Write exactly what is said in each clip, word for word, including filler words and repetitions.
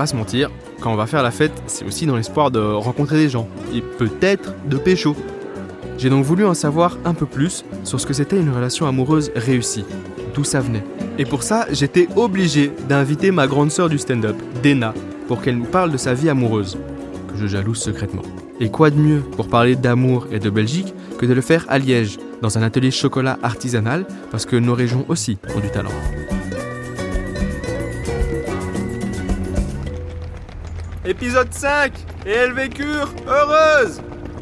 pas se mentir, quand on va faire la fête, c'est aussi dans l'espoir de rencontrer des gens, et peut-être de pécho. J'ai donc voulu en savoir un peu plus sur ce que c'était une relation amoureuse réussie, d'où ça venait. Et pour ça, j'étais obligé d'inviter ma grande sœur du stand-up, Dena, pour qu'elle nous parle de sa vie amoureuse, que je jalouse secrètement. Et quoi de mieux pour parler d'amour et de Belgique que de le faire à Liège, dans un atelier chocolat artisanal, parce que nos régions aussi ont du talent. Épisode cinq, et elles vécurent heureuses.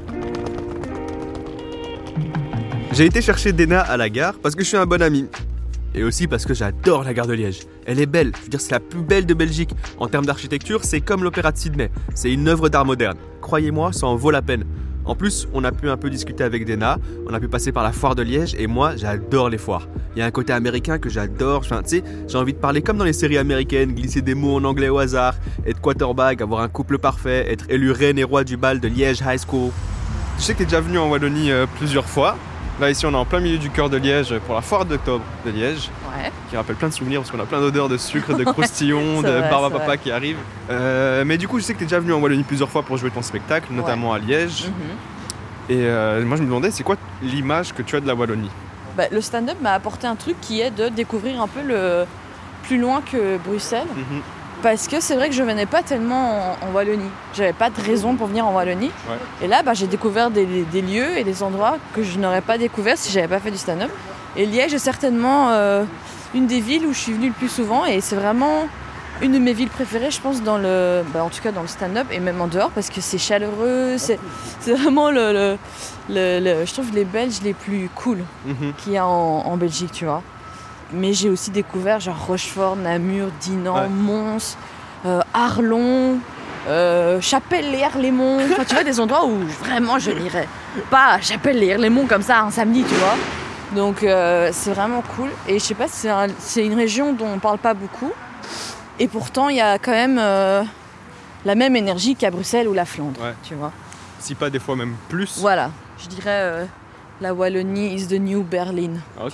J'ai été chercher Dena à la gare parce que je suis un bon ami. Et aussi parce que j'adore la gare de Liège. Elle est belle, je veux dire c'est la plus belle de Belgique. En termes d'architecture, c'est comme l'opéra de Sydney. C'est une œuvre d'art moderne. Croyez-moi, ça en vaut la peine. En plus, on a pu un peu discuter avec Dena, on a pu passer par la foire de Liège et moi, j'adore les foires. Il y a un côté américain que j'adore, enfin, tu sais, j'ai envie de parler comme dans les séries américaines, glisser des mots en anglais au hasard, être quarterback, avoir un couple parfait, être élu reine et roi du bal de Liège High School. Je sais que t'es déjà venu en Wallonie euh, plusieurs fois. Là ici on est en plein milieu du cœur de Liège pour la foire d'octobre de Liège, ouais. Qui rappelle plein de souvenirs parce qu'on a plein d'odeurs de sucre, de croustillons, de vrai, barbe à papa qui arrivent. Euh, mais du coup je sais que t'es déjà venu en Wallonie plusieurs fois pour jouer ton spectacle, notamment ouais. à Liège. Mm-hmm. Et euh, moi je me demandais c'est quoi l'image que tu as de la Wallonie ? Bah, le stand-up m'a apporté un truc qui est de découvrir un peu le plus loin que Bruxelles. Mm-hmm. Parce que c'est vrai que je venais pas tellement en, en Wallonie. J'avais pas de raison pour venir en Wallonie. Ouais. Et là, bah, j'ai découvert des, des lieux et des endroits que je n'aurais pas découvert si j'avais pas fait du stand-up. Et Liège est certainement euh, une des villes où je suis venue le plus souvent. Et c'est vraiment une de mes villes préférées, je pense, dans le, bah, en tout cas dans le stand-up et même en dehors, parce que c'est chaleureux. C'est, c'est vraiment le, le, le, le, je trouve les Belges les plus cool mm-hmm. qu'il y a en, en Belgique, tu vois. Mais j'ai aussi découvert genre Rochefort, Namur, Dinan, ouais. Mons, euh, Arlon, euh, Chapelle-les-Herlémont. Enfin, tu vois, des endroits où vraiment je n'irais pas à Chapelle-les-Herlémont comme ça un samedi, tu vois. Donc euh, c'est vraiment cool. Et je sais pas, c'est, un, c'est une région dont on parle pas beaucoup. Et pourtant, il y a quand même euh, la même énergie qu'à Bruxelles ou la Flandre, ouais. Tu vois. Si pas des fois même plus. Voilà, je dirais... Euh, la Wallonie is the new Berlin. Ok.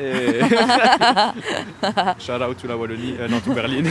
Shout out to la Wallonie, euh, non, to Berlin.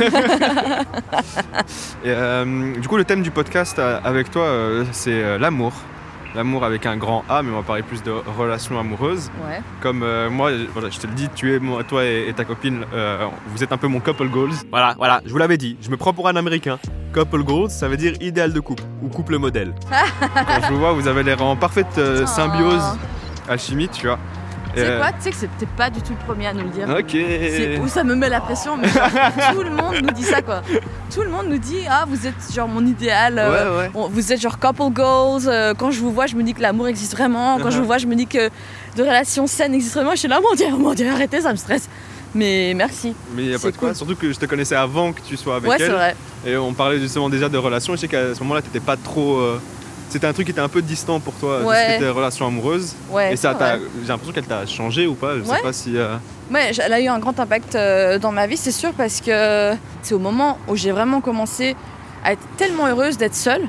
Et, euh, du coup, le thème du podcast euh, avec toi, euh, c'est euh, l'amour. L'amour avec un grand A, mais on va parler plus de relations amoureuses. Ouais. Comme euh, moi, voilà, je te le dis, tu es moi, toi et, et ta copine, euh, vous êtes un peu mon couple goals. Voilà, voilà, je vous l'avais dit, je me prends pour un Américain. Couple goals, ça veut dire idéal de couple ou couple modèle. Quand je vous vois, vous avez l'air en parfaite euh, symbiose. Alchimie, tu vois. Tu sais euh... quoi, tu sais que c'est peut-être pas du tout le premier à nous le dire. Ok. C'est où ça me met la pression, mais genre, tout le monde nous dit ça, quoi. Tout le monde nous dit, ah, vous êtes genre mon idéal, euh, ouais, ouais. On, vous êtes genre couple goals. Euh, quand je vous vois, je me dis que l'amour existe vraiment. Quand uh-huh. je vous vois, je me dis que de relations saines existent vraiment. Je suis là, mon Dieu, mon Dieu, arrêtez, ça me stresse. Mais merci. Mais il n'y a pas de quoi, surtout que je te connaissais avant que tu sois avec ouais, elle. C'est vrai. Et on parlait justement déjà de relations. Je sais qu'à ce moment-là, t'étais pas trop. Euh... C'était un truc qui était un peu distant pour toi, ouais. Tout ce qui était relation amoureuse. Ouais, et ça, t'a, j'ai l'impression qu'elle t'a changé ou pas. Je ouais. sais pas si. Euh... Ouais, elle a eu un grand impact euh, dans ma vie, c'est sûr, parce que c'est au moment où j'ai vraiment commencé à être tellement heureuse d'être seule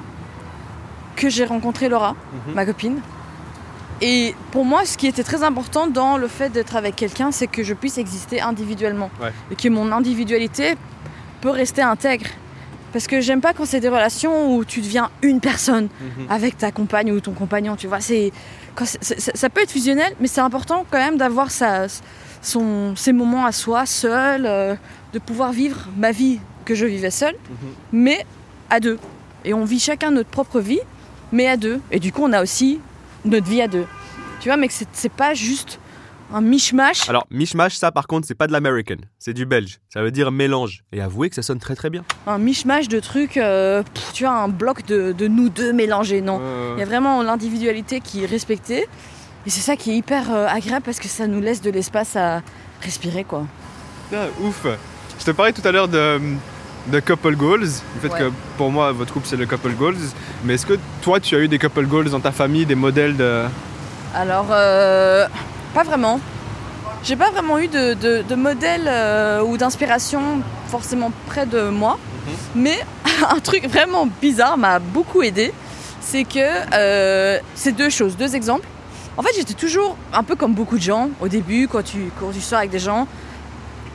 que j'ai rencontré Laura, mm-hmm. ma copine. Et pour moi, ce qui était très important dans le fait d'être avec quelqu'un, c'est que je puisse exister individuellement. Ouais. Et que mon individualité peut rester intègre. Parce que j'aime pas quand c'est des relations où tu deviens une personne mmh. avec ta compagne ou ton compagnon, tu vois. C'est, quand c'est, c'est, ça peut être fusionnel, mais c'est important quand même d'avoir sa, son, ses moments à soi, seul, euh, de pouvoir vivre ma vie que je vivais seule, mmh. mais à deux. Et on vit chacun notre propre vie, mais à deux. Et du coup, on a aussi notre vie à deux. Tu vois, mais que c'est, c'est pas juste un mishmash. Alors, mishmash, ça par contre, c'est pas de l'American, c'est du belge. Ça veut dire mélange. Et avouez que ça sonne très très bien. Un mishmash de trucs, euh, pff, tu vois, un bloc de, de nous deux mélangés, non. Euh... Il y a vraiment l'individualité qui est respectée. Et c'est ça qui est hyper euh, agréable parce que ça nous laisse de l'espace à respirer, quoi. Ah, ouf. Je te parlais tout à l'heure de, de couple goals. Le fait ouais. que pour moi, votre couple, c'est le couple goals. Mais est-ce que toi, tu as eu des couple goals dans ta famille, des modèles de... Alors... Euh... Pas vraiment. J'ai pas vraiment eu de, de, de modèle euh, ou d'inspiration forcément près de moi. Mm-hmm. Mais un truc vraiment bizarre m'a beaucoup aidé. C'est que euh, c'est deux choses, deux exemples. En fait, j'étais toujours un peu comme beaucoup de gens au début, quand tu, quand tu sors avec des gens.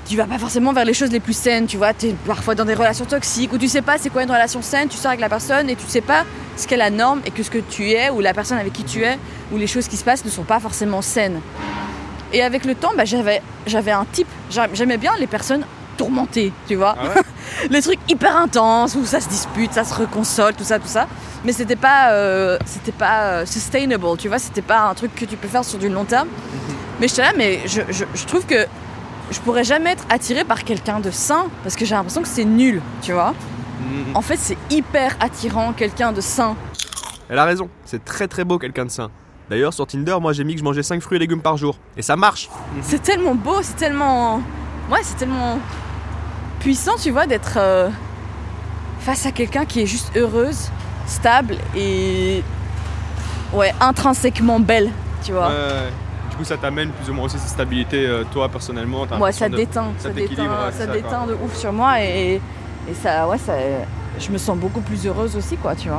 tu vas pas forcément vers les choses les plus saines, tu vois. T'es parfois dans des relations toxiques où tu sais pas c'est quoi une relation saine, tu sors avec la personne et tu sais pas ce qu'est la norme et que ce que tu es ou la personne avec qui tu es ou les choses qui se passent ne sont pas forcément saines. Et avec le temps, bah, j'avais, j'avais un type, j'aimais bien les personnes tourmentées, tu vois. Ah ouais. Les trucs hyper intenses où ça se dispute, ça se reconsole, tout ça, tout ça. Mais c'était pas, euh, c'était pas euh, sustainable, tu vois. C'était pas un truc que tu peux faire sur du long terme. Mm-hmm. Mais j'étais là, mais je, je, je trouve que je pourrais jamais être attirée par quelqu'un de sain parce que j'ai l'impression que c'est nul, tu vois. Mm-hmm. En fait, c'est hyper attirant, quelqu'un de sain. Elle a raison, c'est très très beau quelqu'un de sain. D'ailleurs, sur Tinder, moi j'ai mis que je mangeais cinq fruits et légumes par jour. Et ça marche. C'est tellement beau, c'est tellement... Ouais, c'est tellement puissant, tu vois, d'être euh, face à quelqu'un qui est juste heureuse, stable et... Ouais, intrinsèquement belle, tu vois. Ouais, ouais. Du coup, ça t'amène plus ou moins aussi cette stabilité, euh, toi, personnellement. Ouais, ça de... déteint. Ça, ça déteint, ouais, ça, ça déteint de ouf sur moi et, et ça, ouais, ça... Je me sens beaucoup plus heureuse aussi, quoi, tu vois.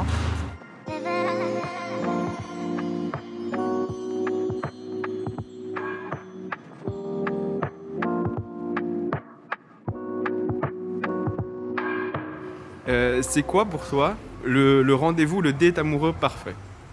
Euh, c'est quoi pour toi le, le rendez-vous, le date amoureux parfait?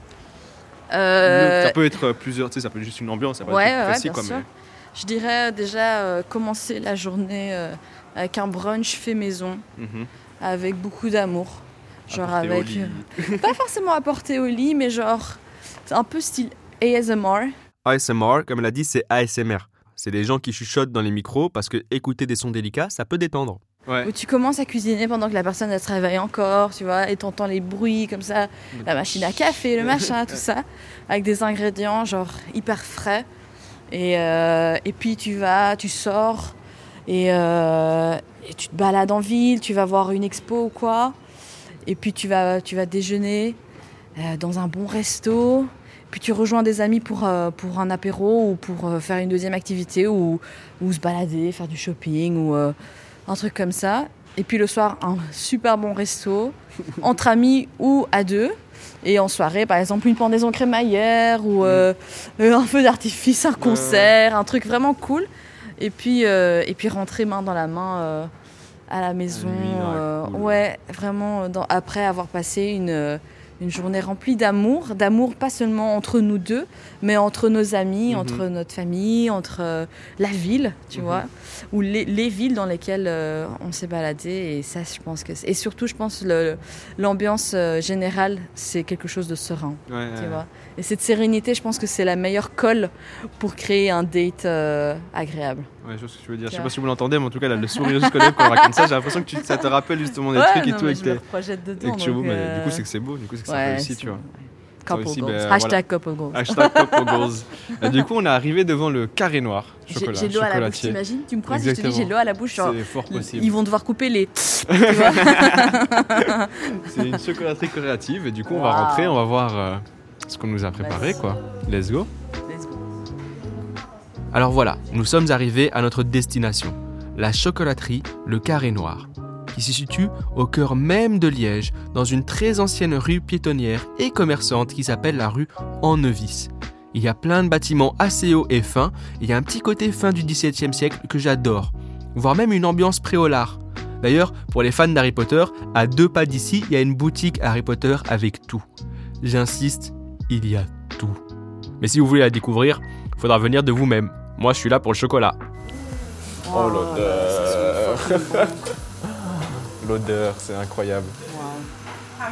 euh... le, Ça peut être plusieurs, tu sais, ça peut être juste une ambiance, ça peut ouais, être ouais, précis. Ouais, quoi, mais... Je dirais déjà euh, commencer la journée euh, avec un brunch fait maison, mm-hmm. avec beaucoup d'amour. Genre apporter avec. Euh, pas forcément apporté au lit, mais genre un peu style A S M R. A S M R, comme elle a dit, c'est A S M R. C'est des gens qui chuchotent dans les micros parce que écouter des sons délicats, ça peut détendre. Ouais. Où tu commences à cuisiner pendant que la personne elle se réveille encore, tu vois, et t'entends les bruits comme ça, la machine à café, le machin, tout ça, avec des ingrédients genre hyper frais. Et, euh, et puis tu vas, tu sors et, euh, et tu te balades en ville, tu vas voir une expo ou quoi, et puis tu vas, tu vas déjeuner euh, dans un bon resto, puis tu rejoins des amis pour, euh, pour un apéro ou pour euh, faire une deuxième activité ou, ou se balader, faire du shopping ou... Euh, un truc comme ça, et puis le soir un super bon resto entre amis ou à deux, et en soirée par exemple une pendaison crémaillère ou euh, un feu d'artifice, un concert, un truc vraiment cool, et puis euh, et puis rentrer main dans la main euh, à la maison, euh, cool. ouais vraiment dans, après avoir passé une une journée remplie d'amour, d'amour pas seulement entre nous deux, mais entre nos amis, mm-hmm. entre notre famille, entre euh, la ville, tu mm-hmm. vois, ou les, les villes dans lesquelles euh, on s'est baladé. Et ça, je pense que, c'est... et surtout, je pense le, l'ambiance euh, générale, c'est quelque chose de serein, ouais, tu ouais. vois. Et cette sérénité, je pense que c'est la meilleure colle pour créer un date euh, agréable. Ouais, je sais ce que tu veux dire. Je sais pas si vous l'entendez, mais en tout cas, là, le sourire jusqu'au lèvres quand on raconte ça, j'ai l'impression que tu, ça te rappelle justement des ouais, trucs non, et tout. Mais et je que me projette dedans. Et que tu donc, mais euh... du coup, c'est que c'est beau, du coup, c'est que ça ouais, réussit, c'est... tu vois. Couple aussi, goals. Ben, Hashtag voilà. couple goals. Hashtag couple goals. Et du coup, on est arrivé devant le carré noir. Chocolat, j'ai, j'ai l'eau à la bouche, t'imagines? Tu me croises et je te dis j'ai l'eau à la bouche. Genre, c'est fort possible. Ils vont devoir couper les... tu vois. C'est une chocolaterie créative et du coup, on wow. va rentrer, on va voir euh, ce qu'on nous a préparé, quoi. Let's go. Let's go. Alors voilà, nous sommes arrivés à notre destination. La chocolaterie Le Carré Noir, qui se situe au cœur même de Liège, dans une très ancienne rue piétonnière et commerçante qui s'appelle la rue Annevis. Il y a plein de bâtiments assez hauts et fins, et il y a un petit côté fin du dix-septième siècle que j'adore, voire même une ambiance préolard. D'ailleurs, pour les fans d'Harry Potter, à deux pas d'ici, il y a une boutique Harry Potter avec tout. J'insiste, il y a tout. Mais si vous voulez la découvrir, il faudra venir de vous-même. Moi, je suis là pour le chocolat. Oh, l'odeur. L'odeur, c'est incroyable. Wow.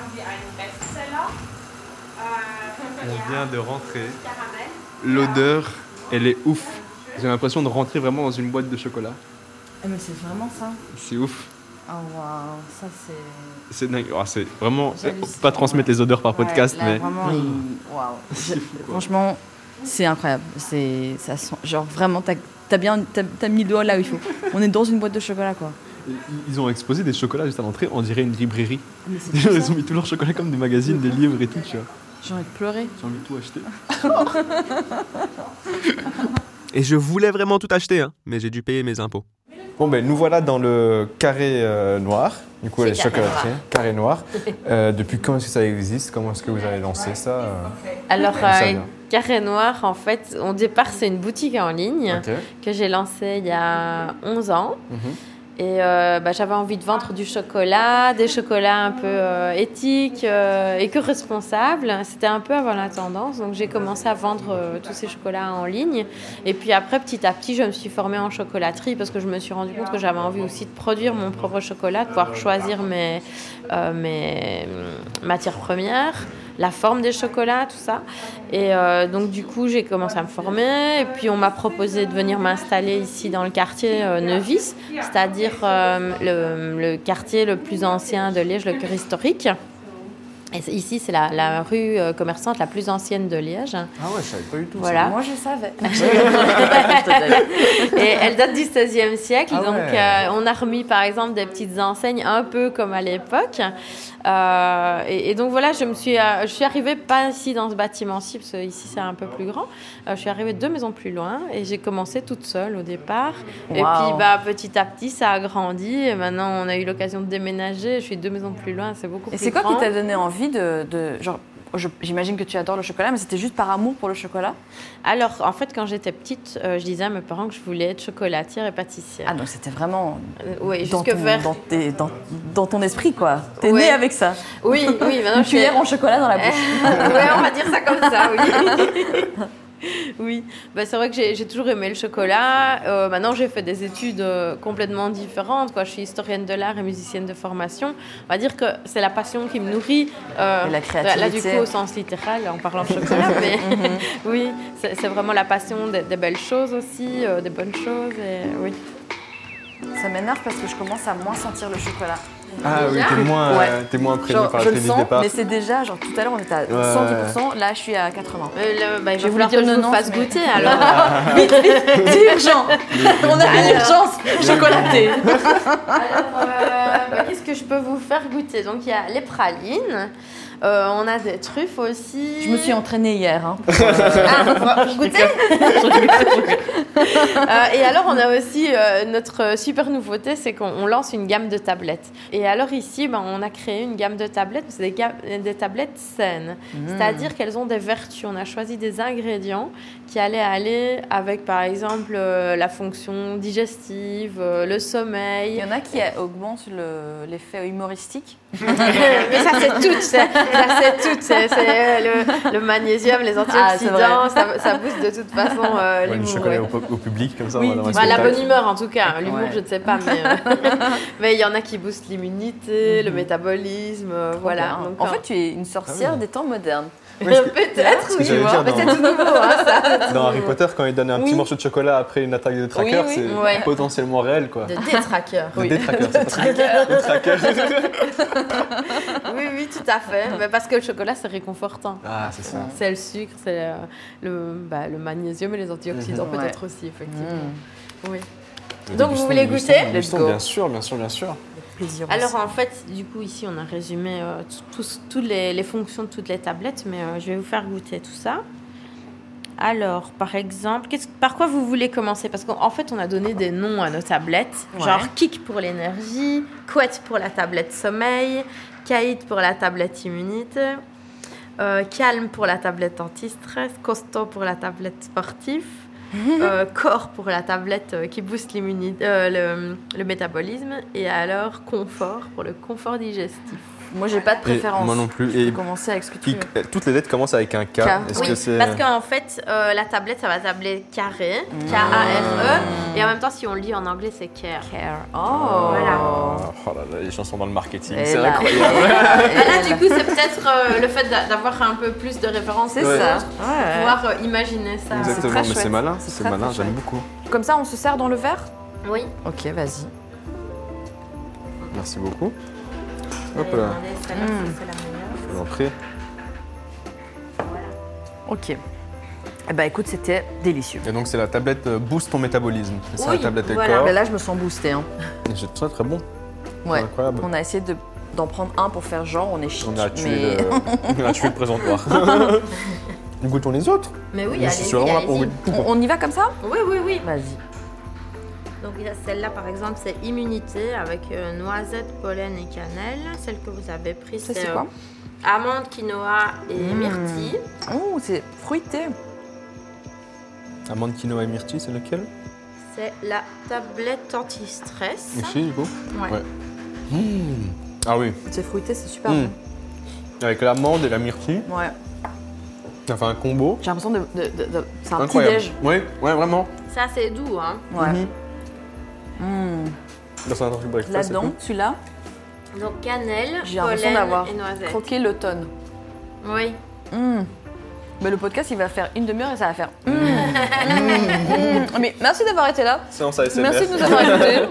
On vient de rentrer. L'odeur, elle est ouf. J'ai l'impression de rentrer vraiment dans une boîte de chocolat. Ah, mais c'est vraiment ça. C'est ouf. Oh waouh, ça c'est... C'est dingue. Oh, c'est vraiment... On peut pas transmettre les odeurs par podcast, ouais, là, mais... Vraiment, il... waouh. Franchement, c'est incroyable. C'est... Ça sent... Genre vraiment, t'as, t'as bien... T'as... t'as mis le doigt là où il faut. On est dans une boîte de chocolat, quoi. Ils ont exposé des chocolats juste à l'entrée, on dirait une librairie. Les gens, ils ont mis tous leurs chocolats comme des magazines, des livres et tout, tu vois. J'ai envie de pleurer. J'ai envie de tout acheter. Et je voulais vraiment tout acheter, hein, mais j'ai dû payer mes impôts. Bon, ben nous voilà dans le carré euh, noir, du coup, les chocolateries, carré noir. Euh, depuis quand est-ce que ça existe? Comment est-ce que vous avez lancé ça? Alors, euh, Carré Noir, en fait, au départ, c'est une boutique en ligne okay. que j'ai lancée il y a onze ans. Mm-hmm. Et euh, bah, j'avais envie de vendre du chocolat, des chocolats un peu euh, éthiques, euh, éco-responsables. C'était un peu avant la tendance, donc j'ai commencé à vendre euh, tous ces chocolats en ligne. Et puis après, petit à petit, je me suis formée en chocolaterie parce que je me suis rendu compte que j'avais envie aussi de produire mon propre chocolat, de pouvoir choisir mes, euh, mes matières premières, la forme des chocolats, tout ça. Et euh, donc du coup, j'ai commencé à me former. Et puis on m'a proposé de venir m'installer ici dans le quartier euh, Neuvis, c'est-à-dire euh, le, le quartier le plus ancien de Liège, le cœur historique. Et ici, c'est la, la rue euh, commerçante la plus ancienne de Liège. Ah ouais, je savais pas du tout voilà. ça. Moi, je savais. Et elle date du seizième siècle. Ah donc, ouais. euh, on a remis, par exemple, des petites enseignes un peu comme à l'époque. Euh, et, et donc, voilà, je me suis, euh, je suis arrivée pas ici dans ce bâtiment-ci, parce que ici, c'est un peu plus grand. Euh, je suis arrivée deux maisons plus loin et j'ai commencé toute seule au départ. Wow. Et puis, bah, petit à petit, ça a grandi. Et maintenant, on a eu l'occasion de déménager. Je suis deux maisons plus loin, c'est beaucoup et plus c'est quoi grand. qui t'a donné envie de, de genre, je, j'imagine que tu adores le chocolat, mais c'était juste par amour pour le chocolat? Alors, en fait, quand j'étais petite, euh, je disais à mes parents que je voulais être chocolatière et pâtissière. Ah, donc c'était vraiment euh, oui, dans, jusque ton, vers... dans, tes, dans, dans ton esprit, quoi. T'es oui. née avec ça. Oui, oui. Une cuillère en chocolat dans la bouche. Oui, on va dire ça comme ça, oui. Oui, bah, c'est vrai que j'ai, j'ai toujours aimé le chocolat. Euh, maintenant, j'ai fait des études euh, complètement différentes, quoi. Je suis historienne de l'art et musicienne de formation. On va dire que c'est la passion qui me nourrit. Euh, et la créativité. Là, du coup, au sens littéral, en parlant de chocolat. Mais mm-hmm. oui, c'est, c'est vraiment la passion des, des belles choses aussi, euh, des bonnes choses. Et, oui. Ça m'énerve parce que je commence à moins sentir le chocolat. Ah oui, t'es moins, ouais. euh, t'es moins imprégné par la je le sens, départ. mais c'est déjà, genre tout à l'heure on était à ouais, cent dix pour cent, là je suis à quatre-vingts. Euh, le, bah, je vais vouloir que je vous fasse mais... goûter alors. Vite, vite, c'est urgent. On a une urgence chocolatée. Alors, euh, bah, qu'est-ce que je peux vous faire goûter? Donc il y a les pralines. Euh, on a des truffes aussi. Je me suis entraînée hier. Hein, pour, euh... ah, pour goûter. euh, et alors, on a aussi euh, notre super nouveauté, c'est qu'on lance une gamme de tablettes. Et alors ici, ben, on a créé une gamme de tablettes, c'est des, ga- des tablettes saines. Mmh. C'est-à-dire qu'elles ont des vertus. On a choisi des ingrédients qui allaient aller avec, par exemple, euh, la fonction digestive, euh, le sommeil. Il y en a qui augmentent le, l'effet humoristique. Mais ça, c'est tout. C'est, ça, c'est tout. C'est, c'est le, le magnésium, les antioxydants. Ah, ça, ça booste de toute façon euh, ouais, l'humour. Du chocolat ouais. au, au public, comme ça. Oui, on va bah, la bonne humeur, en tout cas. L'humour, ouais. je ne sais pas. Mais euh, mais il y en a qui boostent l'immunité, mm-hmm. le métabolisme. Euh, voilà. Donc, en fait, tu es une sorcière ah, oui. des temps modernes. Oui, peut-être, oui, moi. Mais c'est tout nouveau. Hein, ça, dans Harry Potter, quand il donne un petit oui. morceau de chocolat après une attaque de tracker, oui, oui. c'est ouais. potentiellement réel, quoi. De détraqueur. De détraqueur, c'est pas détraqueur. Oui, oui, tout à fait. Mais parce que le chocolat, c'est réconfortant. Ah, c'est ça. C'est le sucre, c'est le, le, bah, le magnésium et les antioxydants, mmh. peut-être ouais. aussi, effectivement. Mmh. Oui. Et donc, vous voulez goûter? Let's go. Bien sûr, bien sûr, bien sûr. Alors en fait, du coup ici on a résumé euh, toutes les, les fonctions de toutes les tablettes, mais euh, je vais vous faire goûter tout ça. Alors par exemple, qu'est-ce, par quoi vous voulez commencer? Parce qu'en fait on a donné des noms à nos tablettes, ouais. genre Kick pour l'énergie, Couette pour la tablette sommeil, Caïd pour la tablette immunité, euh, Calme pour la tablette anti-stress, Costaud pour la tablette sportif. euh, corps pour la tablette euh, qui booste l'immunité, euh, le, le métabolisme, et alors confort pour le confort digestif. Moi, j'ai pas de préférence. Et moi non plus. Je peux commencer avec ce que tu veux. Toutes les lettres commencent avec un K. K. Est-ce oui, que c'est... parce qu'en fait, euh, la tablette, ça va s'appeler carré, K A R E, et en même temps, si on le lit en anglais, c'est care. Care. Oh. Voilà. Oh là là, les chansons dans le marketing, et c'est là. incroyable. Là, du coup, c'est peut-être euh, le fait d'avoir un peu plus de références, c'est ça. Ouais. Pouvoir euh, imaginer ça. Exactement, c'est mais chouette. c'est malin, c'est, c'est très, malin, très j'aime beaucoup. Comme ça, on se sert dans le verre? Oui. Ok, vas-y. Merci beaucoup. Hop là. Mmh. C'est la meilleure. Je vous en prie. Voilà. Ok. Eh ben écoute, c'était délicieux. Et donc c'est la tablette Boost ton métabolisme. C'est oui, la tablette voilà. corps. Mais là, je me sens boostée. Hein. C'est très très bon. Ouais. C'est incroyable. On a essayé de, d'en prendre un pour faire genre, on est chic. On a tué, mais... le... on a tué le présentoir. Nous goûtons les autres. Mais oui, mais allez-y, je suis vraiment là pour allez-y. On, on y va comme ça? Oui, oui, oui. Vas-y. Donc celle-là, par exemple, c'est immunité avec euh, noisette, pollen et cannelle. Celle que vous avez prise, ça, c'est, c'est quoi? Amande, quinoa et mmh. myrtille. Oh, c'est fruité. Amande, quinoa et myrtille, c'est lequel? C'est la tablette anti-stress. Ici, du coup? Ouais. ouais. Mmh. Ah oui. C'est fruité, c'est super mmh. bon. Avec l'amande et la myrtille. Ouais. Ça fait un combo. J'ai l'impression de, de, de, de... c'est un incroyable. petit déj. Oui, ouais, vraiment. Ça, c'est doux, hein. Ouais. Mmh. Mmh. Là, c'est un truc breakfast. Là-dedans, celui-là, donc cannelle, j'ai l'impression pollen d'avoir et noisette. croqué l'automne. Oui. Mmh. Mais le podcast, il va faire une demi-heure et ça va faire. Mmh. Mmh. Mmh. Mais merci d'avoir été là. Séance A S M R. Merci de nous avoir écoutés.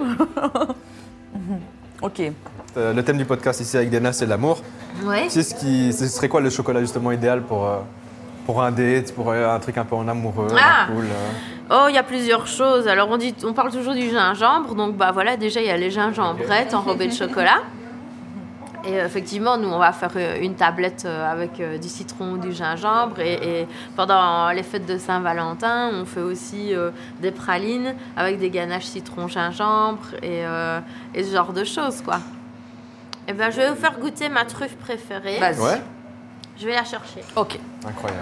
Ok. Euh, le thème du podcast ici avec Dena, c'est l'amour. Oui. Tu sais ce, qui, ce serait quoi le chocolat justement idéal pour, euh, pour un date, pour euh, un truc un peu en amoureux, Ah. cool euh. Oh, il y a plusieurs choses. Alors, on, dit, on parle toujours du gingembre. Donc, bah voilà, déjà, il y a les gingembrettes enrobées de chocolat. Et euh, effectivement, nous, on va faire euh, une tablette euh, avec euh, du citron ou du gingembre. Et, et pendant les fêtes de Saint-Valentin, on fait aussi euh, des pralines avec des ganaches citron-gingembre et, euh, et ce genre de choses, quoi. Et ben, je vais vous faire goûter ma truffe préférée. Vas-y. Ouais, Je vais la chercher. Ok. incroyable.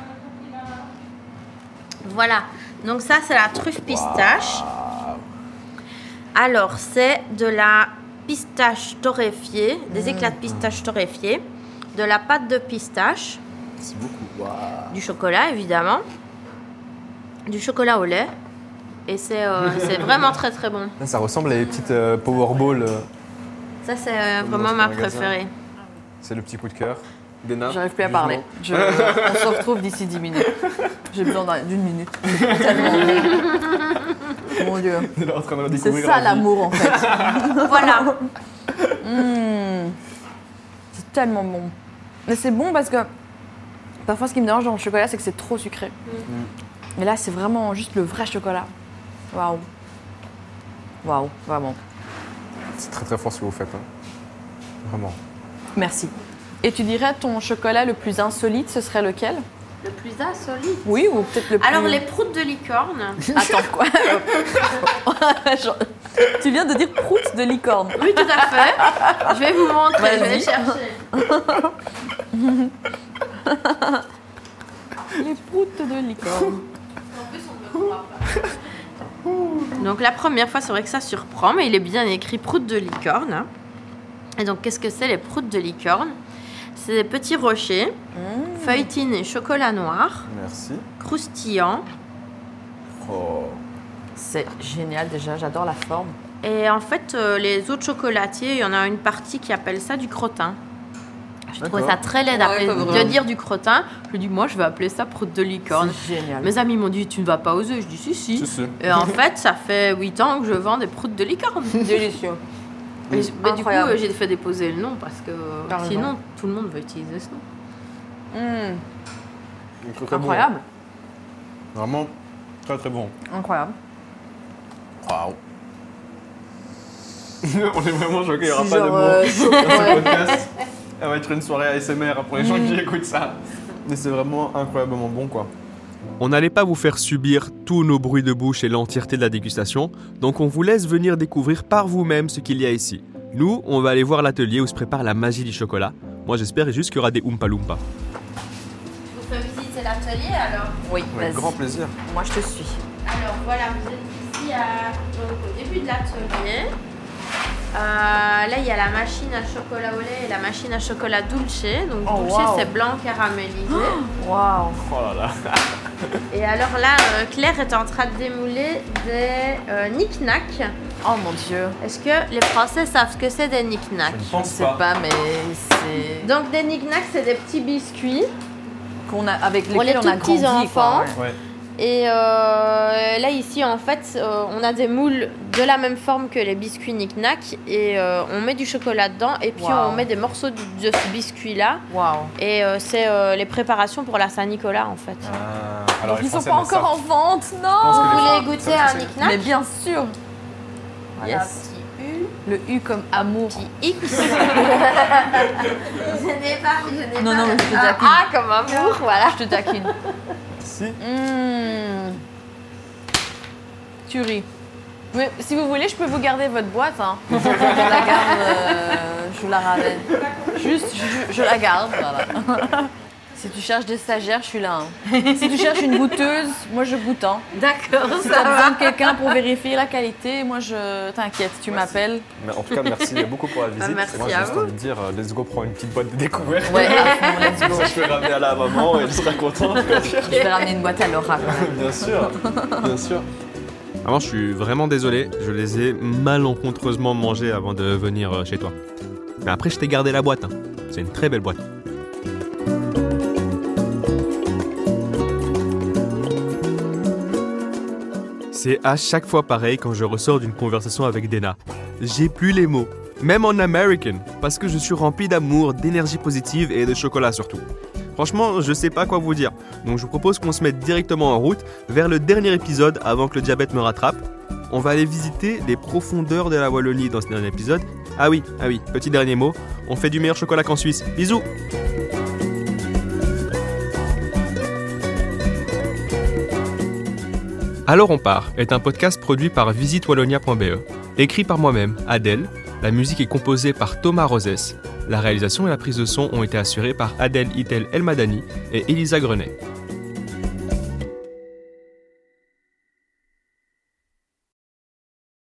Voilà. Donc ça, c'est la truffe pistache. Alors, c'est de la pistache torréfiée, des éclats de pistache torréfiés, de la pâte de pistache, C'est beaucoup. Wow. du chocolat évidemment, du chocolat au lait. Et c'est euh, c'est vraiment très très bon. Ça ressemble à les petites euh, Powerball. Euh, Ça, c'est euh, Comme vraiment dans ma ce magasin. préférée. c'est le petit coup de cœur. Dena, J'arrive plus à jugement. parler. Je... On se retrouve d'ici dix minutes. J'ai besoin d'un- d'une minute. C'est tellement... Mon Dieu. Elle est en train de C'est redécouvrir ça la vie. l'amour en fait. Voilà. Mmh. C'est tellement bon. Mais c'est bon parce que parfois ce qui me dérange dans le chocolat, c'est que c'est trop sucré. Mais là, c'est vraiment juste le vrai chocolat. Waouh. Waouh, vraiment. C'est très très fort ce que vous faites. Hein. Vraiment. Merci. Et tu dirais ton chocolat le plus insolite, ce serait lequel? Le plus insolite. Oui, ou peut-être le plus... Alors, les proutes de licorne. Attends, quoi? Genre, tu viens de dire prout de licorne. Oui, tout à fait. Je vais vous montrer, je vais Vas-y. les chercher. Les proutes de licorne. Donc la première fois, c'est vrai que ça surprend, mais il est bien écrit proutes de licorne. hein. Et donc, qu'est-ce que c'est les proutes de licorne? C'est des petits rochers, Mmh. feuilletines et chocolat noir, Merci. croustillants. Oh. C'est génial déjà, j'adore la forme. Et en fait, euh, les autres chocolatiers, il y en a une partie qui appelle ça du crottin. Je trouvais ça D'accord. très laid d'appeler- Ouais, pas de vraiment. dire du crottin. Je dis, moi, je vais appeler ça proute de licorne. C'est génial. Mes amis m'ont dit, tu ne vas pas oser. Je dis, si, si. Si, si. Et en fait, ça fait huit ans que je vends des proutes de licorne. Délicieux. Mais, mais du coup, Incroyable. euh, j'ai fait déposer le nom parce que T'as raison. sinon, tout le monde va utiliser ce nom. Mmh. Très, très bon. Incroyable. Vraiment très très bon. Incroyable. Waouh. On est vraiment choqués, il n'y aura C'est pas de genre, mots euh, dans ce podcast. Elle va être une soirée A S M R pour les gens qui écoutent ça. Mais c'est vraiment incroyablement bon quoi. On n'allait pas vous faire subir tous nos bruits de bouche et l'entièreté de la dégustation, donc on vous laisse venir découvrir par vous-même ce qu'il y a ici. Nous, on va aller voir l'atelier où se prépare la magie du chocolat. Moi, j'espère juste qu'il y aura des Oompa Loompa. Je vous fais visiter l'atelier alors. Oui, Avec vas-y. grand plaisir. Moi, je te suis. Alors voilà, vous êtes ici à- donc, au début de l'atelier. Euh, là, il y a la machine à chocolat au lait et la machine à chocolat dulce. Donc, Oh, dulce, wow. c'est blanc caramélisé. Waouh. Oh là là. Et alors là, euh, Claire est en train de démouler des euh, knick-knack. Oh mon Dieu. Est-ce que les Français savent ce que c'est des knick-knack? Je ne Je pense sais pas. pas, mais c'est Donc, des knick-knack, c'est des petits biscuits. qu'on a avec Pour lesquels les on a tout petits grandi. enfants. quoi, ouais. Ouais. Et euh, là, ici, en fait, euh, on a des moules de la même forme que les biscuits knick-knack. Et euh, on met du chocolat dedans. Et puis, Wow. on met des morceaux de, de ce biscuit-là. Waouh. Et euh, c'est euh, les préparations pour la Saint-Nicolas, en fait. Ah, alors Donc les ils sont Français pas le encore savent. en vente, pense non. que Vous les voulez femmes, goûter ça, un c'est- knick-knack? Mais bien sûr. Il y a un Yes. petit U, Le U comme amour. petit X. je n'ai pas, je n'ai Non, pas. non, mais je te Un taquine. A comme amour, voilà. Je te taquine. Si. Mmh. Tuerie. Mais si vous voulez, je peux vous garder votre boîte. Hein. Je la garde, euh, je vous la ramène. Juste, je, je la garde, voilà. Si tu cherches des stagiaires, je suis là. Hein. Si tu cherches une goûteuse, moi je goûte. Hein. D'accord, si ça tu as va. besoin de quelqu'un pour vérifier la qualité, moi je t'inquiète, tu m'appelles. Mais en tout cas, merci beaucoup pour la visite. Ah, merci moi, j'ai à juste vous. envie de dire, euh, let's go prendre une petite boîte de découverte. Ouais, à fond, let's go. Ça, je peux ramener à la maman et elle sera contente. Je vais ramener une boîte à Laura. Bien sûr, bien sûr. Vraiment, je suis vraiment désolé, je les ai malencontreusement mangés avant de venir chez toi. Mais après, je t'ai gardé la boîte. Hein. C'est une très belle boîte. C'est à chaque fois pareil quand je ressors d'une conversation avec Dena. J'ai plus les mots, même en American, parce que je suis rempli d'amour, d'énergie positive et de chocolat surtout. Franchement, je sais pas quoi vous dire, donc je vous propose qu'on se mette directement en route vers le dernier épisode avant que le diabète me rattrape. On va aller visiter les profondeurs de la Wallonie dans ce dernier épisode. Ah oui, ah oui, petit dernier mot, on fait du meilleur chocolat qu'en Suisse. Bisous! Alors on part est un podcast produit par visite wallonia point b e, écrit par moi-même, Adèle. La musique est composée par Thomas Rosès. La réalisation et la prise de son ont été assurées par Adèle Itel Elmadani et Elisa Grenet.